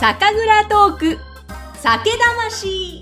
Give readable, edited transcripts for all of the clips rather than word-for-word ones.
酒蔵トーク酒魂。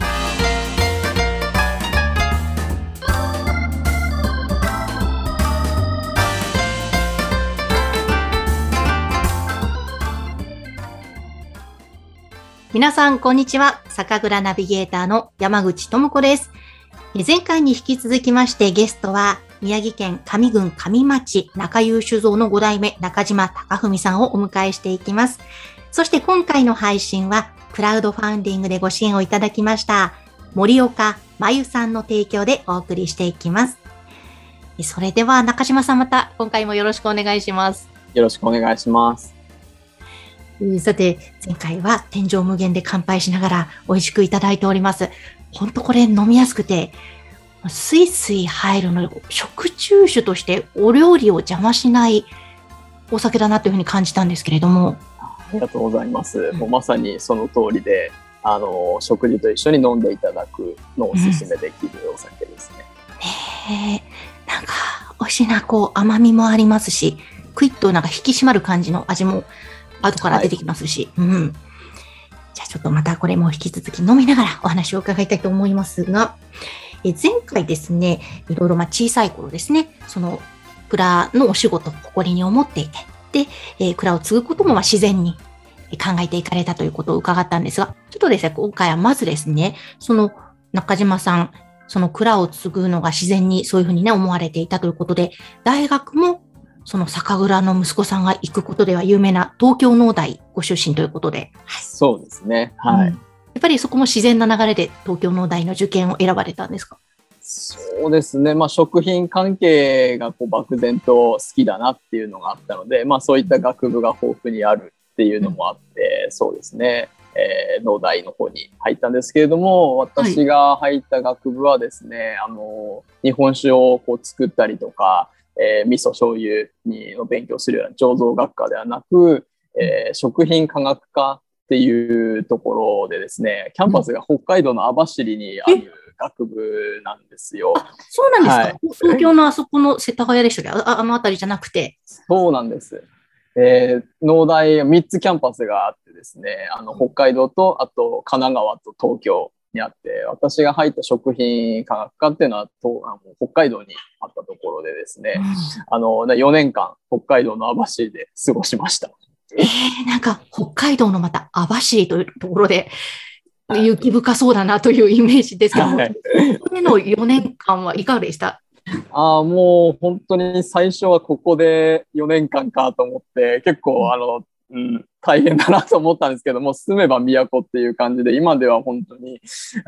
皆さんこんにちは。酒蔵ナビゲーターの山口智子です。前回に引き続きましてゲストは宮城県上郡上町中有酒造の5代目中島貴文さんをお迎えしていきます。そして今回の配信はクラウドファンディングでご支援をいただきました森岡真由さんの提供でお送りしていきます。それでは中島さん、また今回もよろしくお願いします。 よろしくお願いします。 さて前回は天上無限で乾杯しながら美味しくいただいております。本当これ飲みやすくてスイスイ入るの、食中酒としてお料理を邪魔しないお酒だなというふうに感じたんですけれども。 ありがとうございます。もうまさにその通りで、食事と一緒に飲んでいただくのをおすすめできるお酒ですね。 なんか美味しいな、甘みもありますし、クイッとなんか引き締まる感じの味も後から出てきますし、じゃあちょっとまたこれも引き続き飲みながらお話を伺いたいと思いますが、前回ですね、いろいろ小さい頃ですね、その蔵のお仕事を誇りに思っていて、で、蔵を継ぐことも自然に考えていかれたということを伺ったんですが、ちょっとですね、今回はまずですね、その中島さん、その蔵を継ぐのが自然にそういうふうにね、思われていたということで、大学もその酒蔵の息子さんが行くことでは有名な東京農大ご出身ということで。 そうですね。はい。 やっぱりそこも自然な流れで東京農大の受験を選ばれたんですか？ そうですね。食品関係が漠然と好きだなっていうのがあったので、そういった学部が豊富にあるっていうのもあって、そうですね。農大の方に入ったんですけれども、私が入った学部はですね、日本酒を作ったりとか、味噌醤油を勉強するような醸造学科ではなく、食品科学科っていうところでですね、キャンパスが北海道の網走にある学部なんですよ。 そうなんですか。東京のあそこの世田谷でしたっけ？あの辺りじゃなくて。 そうなんです。農大3つキャンパスがあってですね、北海道とあと神奈川と東京にあって、私が入った食品科学科っていうのは北海道にあったところでですね、4年間北海道の網走で過ごしました。 なんか北海道のまた網走というところで雪深そうだなというイメージですけども、これの4年間はいかがでした？ もう本当に最初はここで4年間かと思って結構大変だなと思ったんですけども、住めば都っていう感じで、今では本当に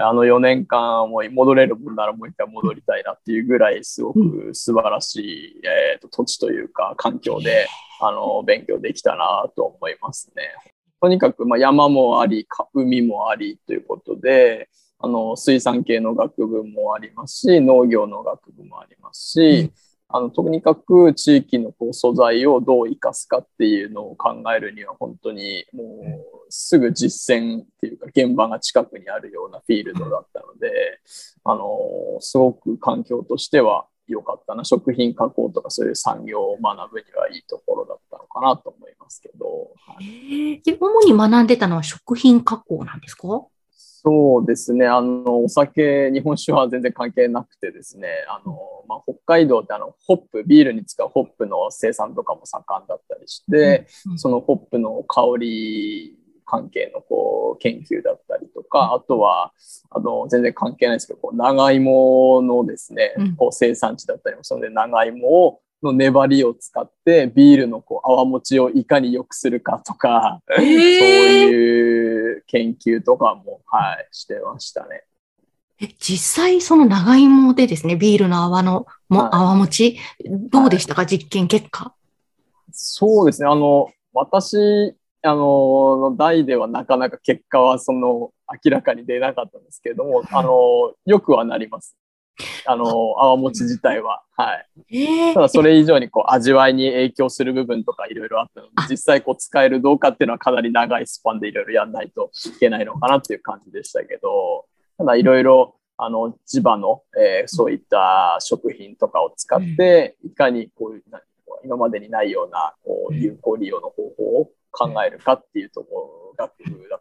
4年間も戻れる分ならもう一回戻りたいなっていうぐらいすごく素晴らしい、土地というか環境で勉強できたなと思いますね。とにかく山もあり海もありということで、水産系の学部もありますし、農業の学部もありますし、とにかく地域の素材をどう生かすかっていうのを考えるには本当にもうすぐ実践っていうか現場が近くにあるようなフィールドだったので、すごく環境としては良かったな。食品加工とかそういう産業を学ぶにはいいところだったのかなと思いますけど。 主に学んでたのは食品加工なんですか？ そうですね。お酒、日本酒は全然関係なくてですね、北海道ってホップ、ビールに使うホップの生産とかも盛んだったりして、そのホップの香り関係の研究だったりとか、あとは、全然関係ないですけど、長芋のですね、生産地だったりもするので、長芋の粘りを使ってビールの泡持ちをいかに良くするかとか、そういう研究とかも、してましたね。 実際その長芋でですね、ビールの泡持ち、どうでしたか、実験結果？ そうですね。私、の代ではなかなか結果は明らかに出なかったんですけれども、よくはなります。泡餅自体は。ただそれ以上に味わいに影響する部分とかいろいろあったので、実際使えるどうかっていうのはかなり長いスパンでいろいろやんないといけないのかなっていう感じでしたけど、ただいろいろ地場の、そういった食品とかを使って、いかに今までにないような有効利用の方法を考えるかっていうところ学部だった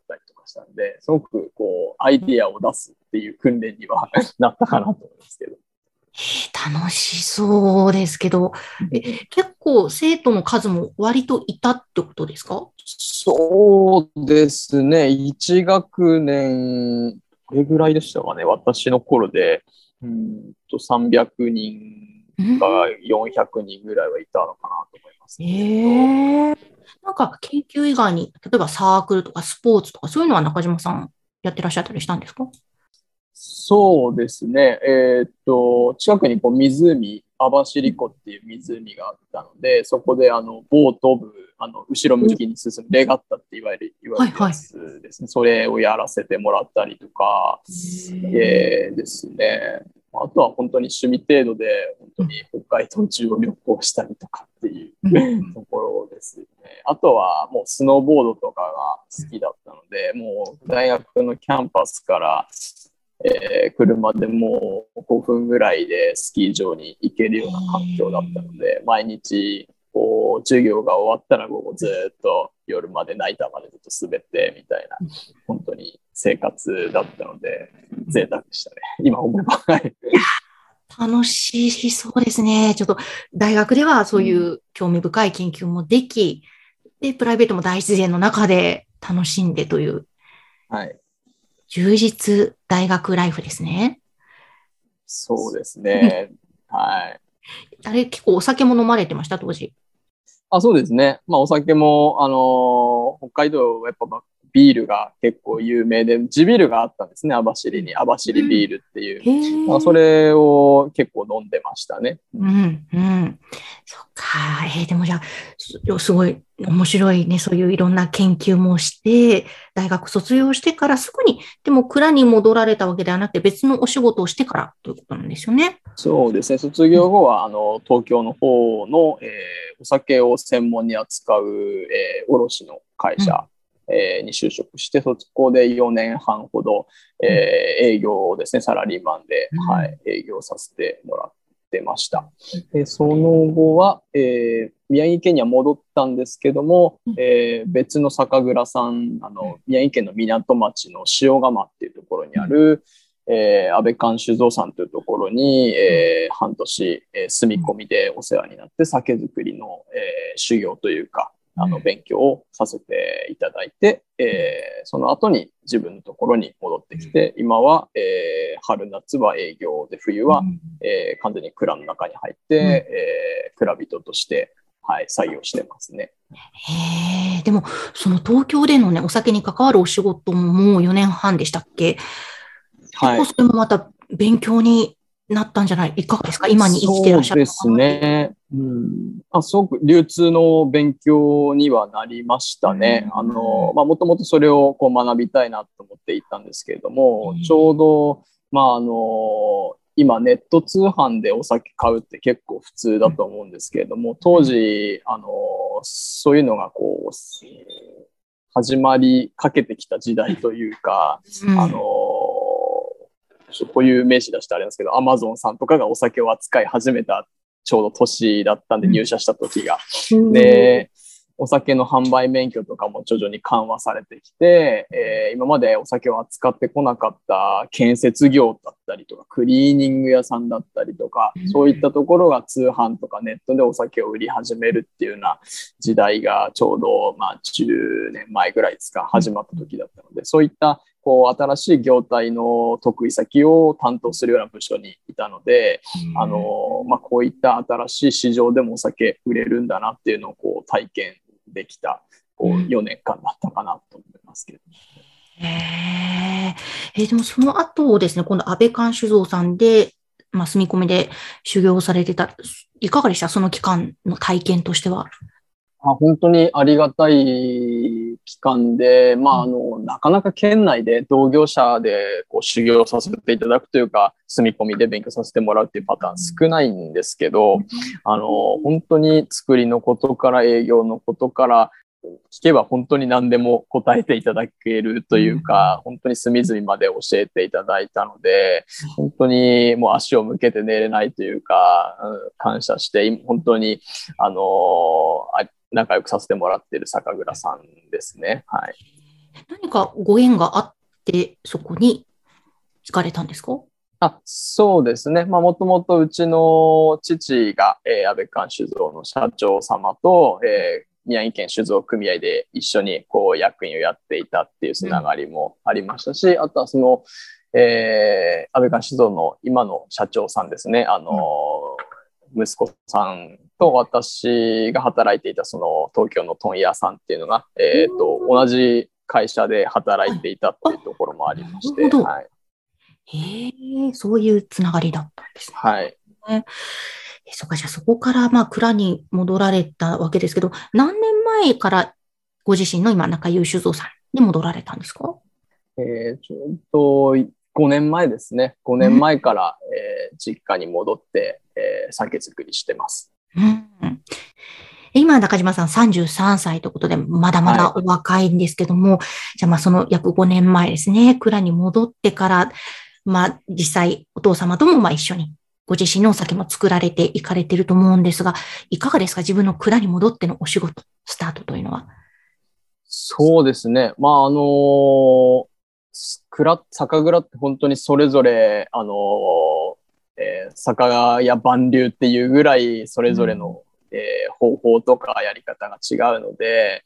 したので、すごくこうアイディアを出すっていう訓練にはなったかなと思いますけど。 楽しそうですけど、結構生徒の数も割といたってことですか？ そうですね。1学年、どれぐらいでしたかね。私の頃で、300人かうん。 400人ぐらいはいたのかなと思いますけど。 ええ。なんか研究以外に、例えばサークルとかスポーツとかそういうのは中島さんやってらっしゃったりしたんですか？ そうですね。近くにこう湖、網走湖っていう湖があったので、そこでボート部、後ろ向きに進むレガッタって言われるやはいはい。 つですね。それをやらせてもらったりとか、ですね。あとは本当に趣味程度で、本当に北海道中を旅行したりとかっていううん。 ところですね。あとはもうスノーボードとかが好きだったので、もう大学のキャンパスから車でもう5分ぐらいでスキー場に行けるような環境だったので、毎日こう授業が終わったら午後ずっと夜までナイターまでずっと滑ってみたいな、本当に生活だったので、贅沢でしたね。今思えば。はい。 楽しそうですね。ちょっと大学ではそういう興味深い研究もでき、で、プライベートも大自然の中で楽しんでというはい。 充実大学ライフですね。 そうですね。はい。 あれ、結構お酒も飲まれてました、当時？ そうですね。まあ、お酒も、北海道はやっぱ、ビールが結構有名で、地ビールがあったんですね、網走に。網走うん。 ビールっていう。 へそえ。 れを結構飲んでましたね。 うん、うん。そっか。でもじゃあ、すごい面白いね。そういういろんな研究もして、大学卒業してからすぐに、でも蔵に戻られたわけではなくて、別のお仕事をしてからということなんですよね。 そうですね。卒業後は、東京の方の、お酒を専門に扱う、卸の会うん、 社、に就職して、そこで4年半ほど、 うん、 営業をですね、サラリーマンで、はい、 うん、 営業させてもらってました。で、その後は、宮城県には戻ったんですけども、 うん、 別の酒蔵さん、宮城県の港町の塩釜っていうところにうん、 ある、安倍寛酒造さんというところに、 うん、 半年、住み込みでお世話になって酒造りの、修行というか、 うん、 勉強をさせていただいて、その後に自分のところに戻ってきて、今は、春夏は営業で、冬は、完全に蔵の中に入って、蔵人として、はい、採用してますね。 へえ、でも、その東京でのね、お酒に関わるお仕事ももう4年半でしたっけ？結はい。 構それもまた勉強になったんじゃない、いかがですか？今に生きてらっしゃるのかそうですなっていう。 ね。すごく流通の勉強にはなりましたね。もともとそれをこう学びたいなと思っていたんですけれども、ちょうど、今ネット通販でお酒買うって結構普通だと思うんですけれども、当時、そういうのがこう、始まりかけてきた時代というか、こういう名詞出してあれなんですけど、アマゾンさんとかがお酒を扱い始めたちょうど年だったんで、入社した時が。で、お酒の販売免許とかも徐々に緩和されてきて、今までお酒を扱ってこなかった建設業だったりとか、クリーニング屋さんだったりとか、そういったところが通販とかネットでお酒を売り始めるっていうような時代がちょうど、10年前ぐらいですか、始まった時だったので、そういったこう新しい業態の得意先を担当するような部署にいたので、こういった新しい市場でもお酒売れるんだなっていうのをこう体験できたこう4年間だったかなと思いますけど。 でもその後ですね、今度安倍寛酒造さんで、住み込みで修行されてた。いかがでしたその期間の体験としては？ 本当にありがたい期間で、なかなか県内で同業者でこう修行させていただくというか、住み込みで勉強させてもらうっていうパターン少ないんですけど、本当に作りのことから営業のことから聞けば本当に何でも答えていただけるというか、本当に隅々まで教えていただいたので、本当にもう足を向けて寝れないというか、感謝して、本当に、仲良くさせてもらっている酒蔵さんですね。はい。 何かご縁があって、そこに行かれたんですか？ そうですね。もともとうちの父が、安倍館酒造の社長様と、宮城県酒造組合で一緒に役員をやっていたっていうつながりもありましたし、あとは安倍館酒造の今の社長さんですね。息子さんと私が働いていたその東京の問屋さんっていうのが、同じ会社で働いていたっていうところもありまして、はい。 そういうつながりだったんですね。 はい。 そうか、じゃあそこから蔵に戻られたわけですけど、何年前からご自身の今、中井酒造さんに戻られたんですか？ ちょうど5年前ですね。5年前から、実家に戻って、酒造りしてます。 今、中島さん33歳ということで、まだまだお若いんですけども、じゃあその約5年前ですね、蔵に戻ってから、実際お父様とも一緒にご自身のお酒も作られていかれていると思うんですが、いかがですか？自分の蔵に戻ってのお仕事、スタートというのは。 そうですね。酒蔵って本当にそれぞれ、酒屋万流っていうぐらいそれぞれの、方法とかやり方が違うので、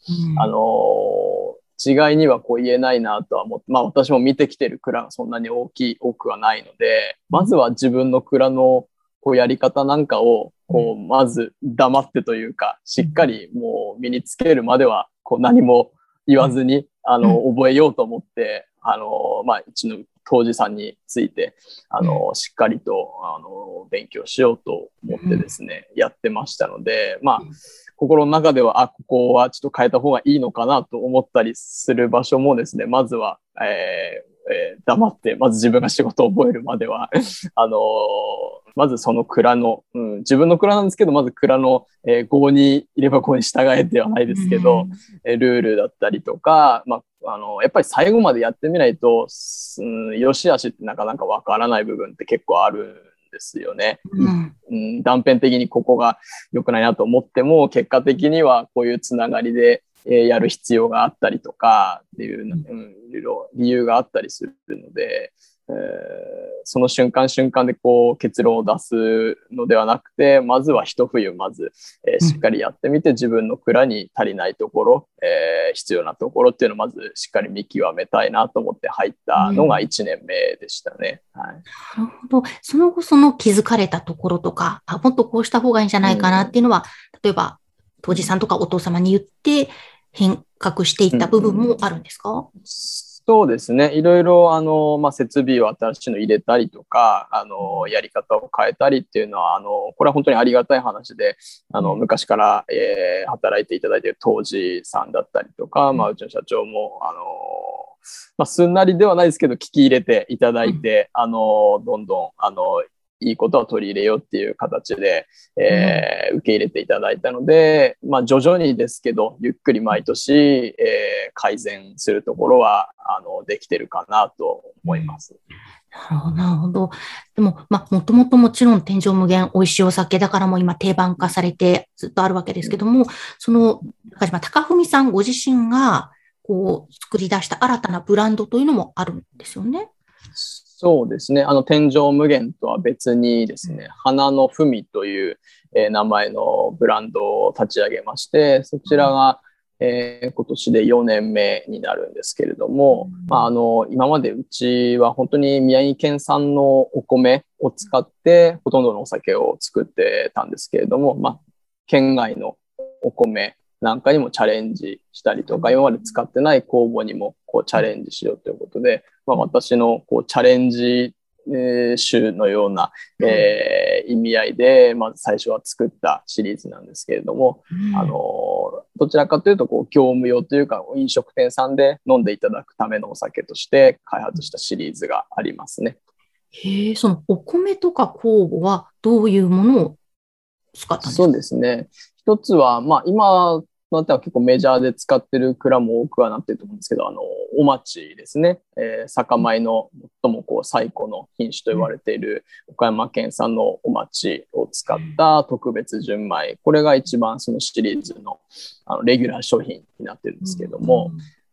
違いには言えないなとは思って、私も見てきてる蔵がそんなに多くはないので、まずは自分の蔵のやり方なんかをまず黙ってというか、しっかりもう身につけるまでは何も言わずに覚えようと思って、うちの杜氏さんについてしっかりと勉強しようと思ってですね、やってましたので、心の中ではここはちょっと変えた方がいいのかなと思ったりする場所もですね、まずは、黙ってまず自分が仕事を覚えるまではまずその蔵の、自分の蔵なんですけど、まず蔵の、郷にいれば郷に従えではないですけど、ルールだったりとか、やっぱり最後までやってみないと、良し悪しってなかなかわからない部分って結構あるんですよね。断片的にここが良くないなと思っても、結果的にはこういうつながりで、やる必要があったりとかっていう、いろいろ理由があったりするので、その瞬間瞬間で結論を出すのではなくて、まずは一冬しっかりやってみて、自分の蔵に足りないところ、必要なところっていうのをまずしっかり見極めたいなと思って入ったのが1年目でしたね。 なるほど。その後気づかれたところとか、もっとこうした方がいいんじゃないかなっていうのは、例えば杜氏さんとかお父様に言って変革していった部分もあるんですか？ そうですね。いろいろ、設備を新しいの入れたりとか、やり方を変えたりっていうのは、これは本当にありがたい話で、昔から、働いていただいている杜氏さんだったりとか、うちの社長も、すんなりではないですけど、聞き入れていただいて、どんどん、いいことは取り入れようっていう形で、受け入れていただいたので、徐々にですけど、ゆっくり毎年、改善するところは、できてるかなと思います。 なるほど。でも、もともともちろん天上無限美味しいお酒だからもう今定番化されてずっとあるわけですけども、その、中島貴文さんご自身が、作り出した新たなブランドというのもあるんですよね。 そうですね。天上無限とは別にですね、花の文という、名前のブランドを立ち上げまして、そちらが、今年で4年目になるんですけれども、今までうちは本当に宮城県産のお米を使ってほとんどのお酒を作ってたんですけれども、県外のお米なんかにもチャレンジしたりとか、今まで使ってない酵母にもチャレンジしようということで、私のチャレンジ種のような、意味合いで、まず最初は作ったシリーズなんですけれども、どちらかというと業務用というか飲食店さんで飲んでいただくためのお酒として開発したシリーズがありますね。 そのお米とか酵母はどういうものを使ったんですか？ そうですね。一つは、今のっては結構メジャーで使ってる蔵も多くはなってると思うんですけど、お町ですね。酒米の最も最古の品種と言われている岡山県産のお町を使った特別純米。これが一番そのシリーズのレギュラー商品になってるんですけども、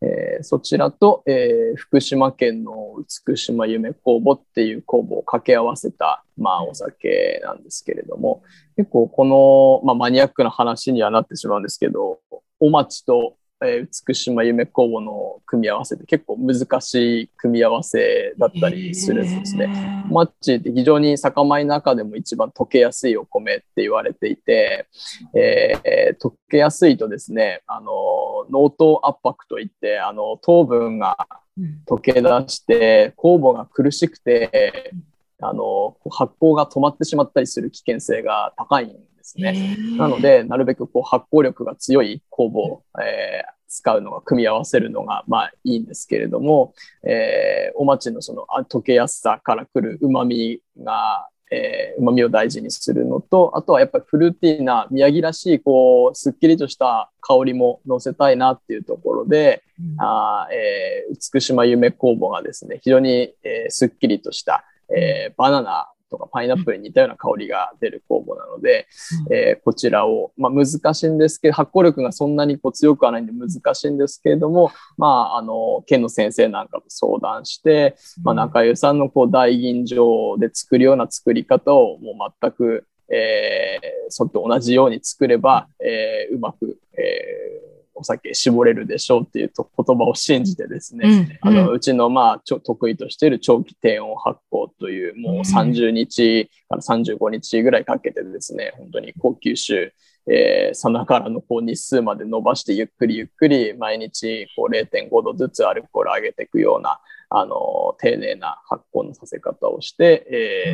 そちらと、福島県の厳島夢酵母っていう酵母を掛け合わせた、お酒なんですけれども、結構この、マニアックな話にはなってしまうんですけど、お町と、厳島夢酵母の組み合わせって結構難しい組み合わせだったりするんですね。お町って非常に酒米の中でも一番溶けやすいお米って言われていて、溶けやすいとですね、濃糖圧迫といって、糖分が溶け出して酵母が苦しくて、発酵が止まってしまったりする危険性が高いんですね。なので、なるべく発酵力が強い酵母を、使うのが、組み合わせるのがいいんですけれども、お町のその溶けやすさからくる旨味が、旨味を大事にするのと、あとはやっぱりフルーティーな宮城らしいすっきりとした香りも乗せたいなっていうところで、厳島夢酵母がですね、非常に、すっきりとした、バナナとかパイナップルに似たような香りが出る酵母なので、こちらを、難しいんですけど、発酵力がそんなに強くはないんで難しいんですけれども、県の先生なんかと相談して、中湯さんの大吟醸で作るような作り方をもう全く、それと同じように作れば、うまく、お酒絞れるでしょうっていう言葉を信じてですね、うちの得意としている長期低温発酵というもう30日から35日ぐらいかけてですね、本当に高級酒、さながらの日数まで伸ばしてゆっくりゆっくり毎日0.5 度ずつアルコール上げていくような丁寧な発酵のさせ方をして、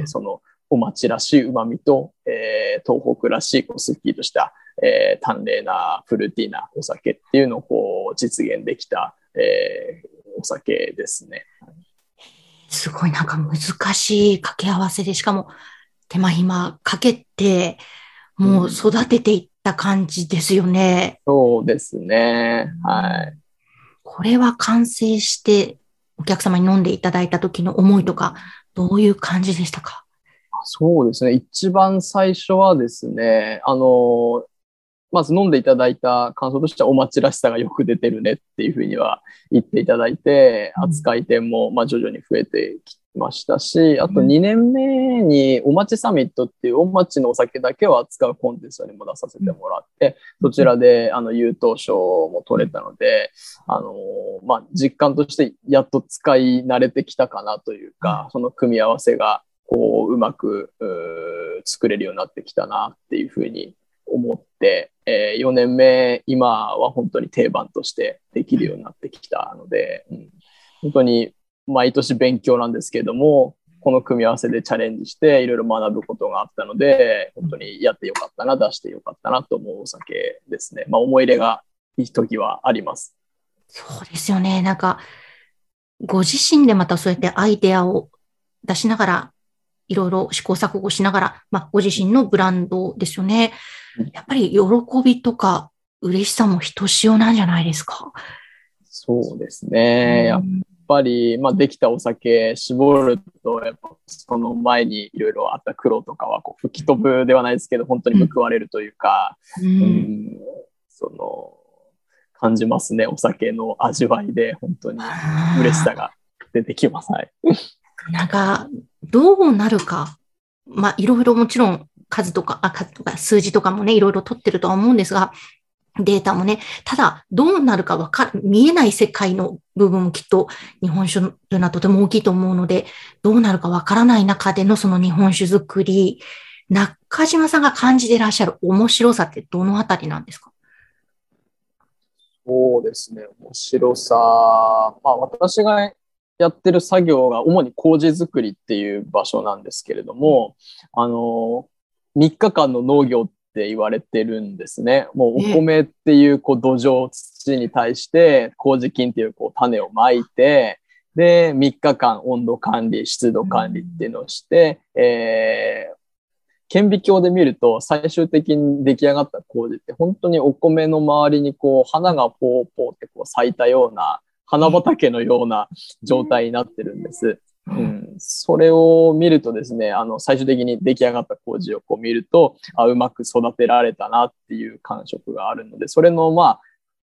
そのお町らしい旨味と、東北らしいすっきりとした淡麗なフルーティーなお酒っていうのを実現できた、お酒ですね。 すごいなんか難しい掛け合わせで、しかも手間暇かけて、もう育てていった感じですよね。 そうですね。はい。 これは完成してお客様に飲んでいただいた時の思いとか、どういう感じでしたか？ そうですね。一番最初はですね、まず飲んでいただいた感想としてはお町らしさがよく出てるねっていうふうには言っていただいて、扱い店も徐々に増えてきましたし、あと2年目にお町サミットっていうお町のお酒だけを扱うコンテストにも出させてもらって、そちらで優等賞も取れたので、実感としてやっと使い慣れてきたかなというか、その組み合わせがうまく作れるようになってきたなっていうふうに思って、4年目、今は本当に定番としてできるようになってきたので、本当に毎年勉強なんですけれども、この組み合わせでチャレンジしていろいろ学ぶことがあったので、本当にやってよかったな、出してよかったなと思うお酒ですね。思い入れがいい時はあります。 そうですよね。なんか、ご自身でまたそうやってアイデアを出しながら、いろいろ試行錯誤しながら、ご自身のブランドですよね。やっぱり喜びとか嬉しさもひとしおなんじゃないですか。 そうですね。やっぱり、できたお酒絞ると、やっぱその前にいろいろあった苦労とかは吹き飛ぶではないですけど、本当に報われるというか、感じますね。お酒の味わいで本当に嬉しさが出てきます。はい。 なんか、どうなるか。いろいろもちろん数とか数字とかもね、いろいろ取ってるとは思うんですが、データもね、ただどうなるか見えない世界の部分もきっと日本酒というのはとても大きいと思うので、どうなるかわからない中でのその日本酒作り、中島さんが感じていらっしゃる面白さってどのあたりなんですか？ そうですね、面白さ。私がやってる作業が主に麹作りっていう場所なんですけれども、3日間の農業って言われてるんですね。もうお米っていう土壌、土に対して麹菌っていう種をまいて、で、3日間温度管理、湿度管理っていうのをして、顕微鏡で見ると最終的に出来上がった麹って本当にお米の周りに花がポーポーって咲いたような花畑のような状態になってるんです。それを見るとですね、最終的に出来上がった麹を見ると、うまく育てられたなっていう感触があるので、それの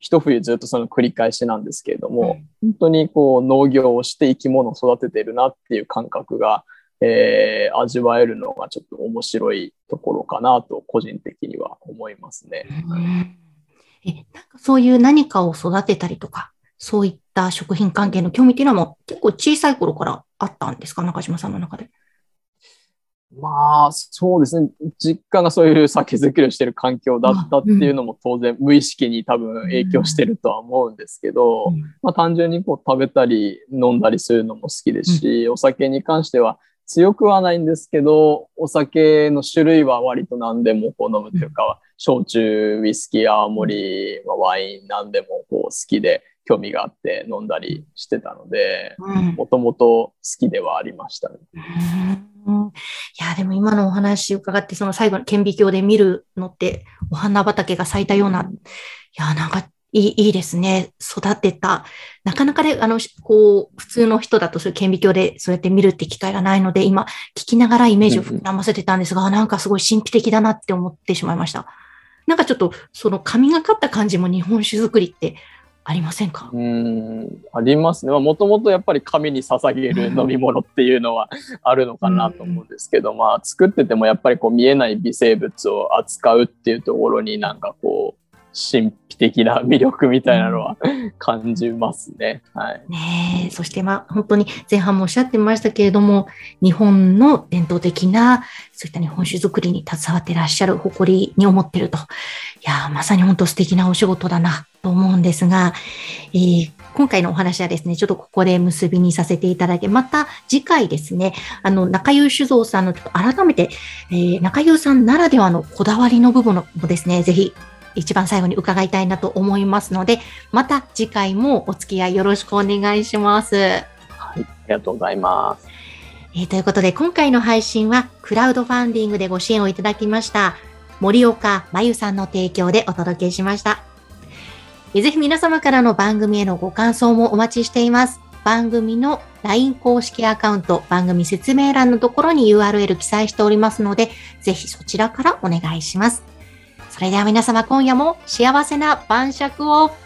一冬ずっとその繰り返しなんですけれども、本当にこう農業をして生き物を育てているなっていう感覚が、味わえるのがちょっと面白いところかなと個人的には思いますね。 なんかそういう何かを育てたりとか、そういった食品関係の興味っていうのはもう結構小さい頃からあったんですか、中島さんの中で。 まあ、そうですね。実家がそういう酒造りをしている環境だったっていうのも当然無意識に多分影響してるとは思うんですけど、まあ単純にこう食べたり飲んだりするのも好きですし、お酒に関しては強くはないんですけど、お酒の種類は割と何でもこう飲むというか、焼酎、ウイスキー、泡盛、ワイン何でもこう好きで興味があって飲んだりしてたので、もともと好きではありましたね。 いや、でも今のお話伺って、その最後の顕微鏡で見るのって、お花畑が咲いたような、いや、なんかいいですね。育てた。なかなかね、こう、普通の人だとそういう顕微鏡でそうやって見るって機会がないので、今、聞きながらイメージを膨らませてたんですが、なんかすごい神秘的だなって思ってしまいました。なんかちょっと、その神がかった感じも日本酒作りってありませんか？ ありますね。もともとやっぱり神に捧げる飲み物っていうのはあるのかなと思うんですけど、まあ作っててもやっぱりこう見えない微生物を扱うっていうところになんかこう神秘的な魅力みたいなのは感じますね。はい。 ねえ、そしてまあ本当に前半もおっしゃってましたけれども、日本の伝統的なそういった日本酒作りに携わっていらっしゃる誇りに思っていると。いや、まさに本当素敵なお仕事だなと思うんですが、今回のお話はですね、ちょっとここで結びにさせていただいて、また次回ですね、中優酒造さんのちょっと改めて、中優さんならではのこだわりの部分もですね、ぜひ一番最後に伺いたいなと思いますので、また次回もお付き合いよろしくお願いします。はい、 ありがとうございます。 ということで、今回の配信はクラウドファンディングでご支援をいただきました森岡真由さんの提供でお届けしました。ぜひ皆様からの番組へのご感想もお待ちしています。番組の LINE 公式アカウント、番組説明欄のところに URL 記載しておりますので、ぜひそちらからお願いします。それでは皆様、今夜も幸せな晩酌を。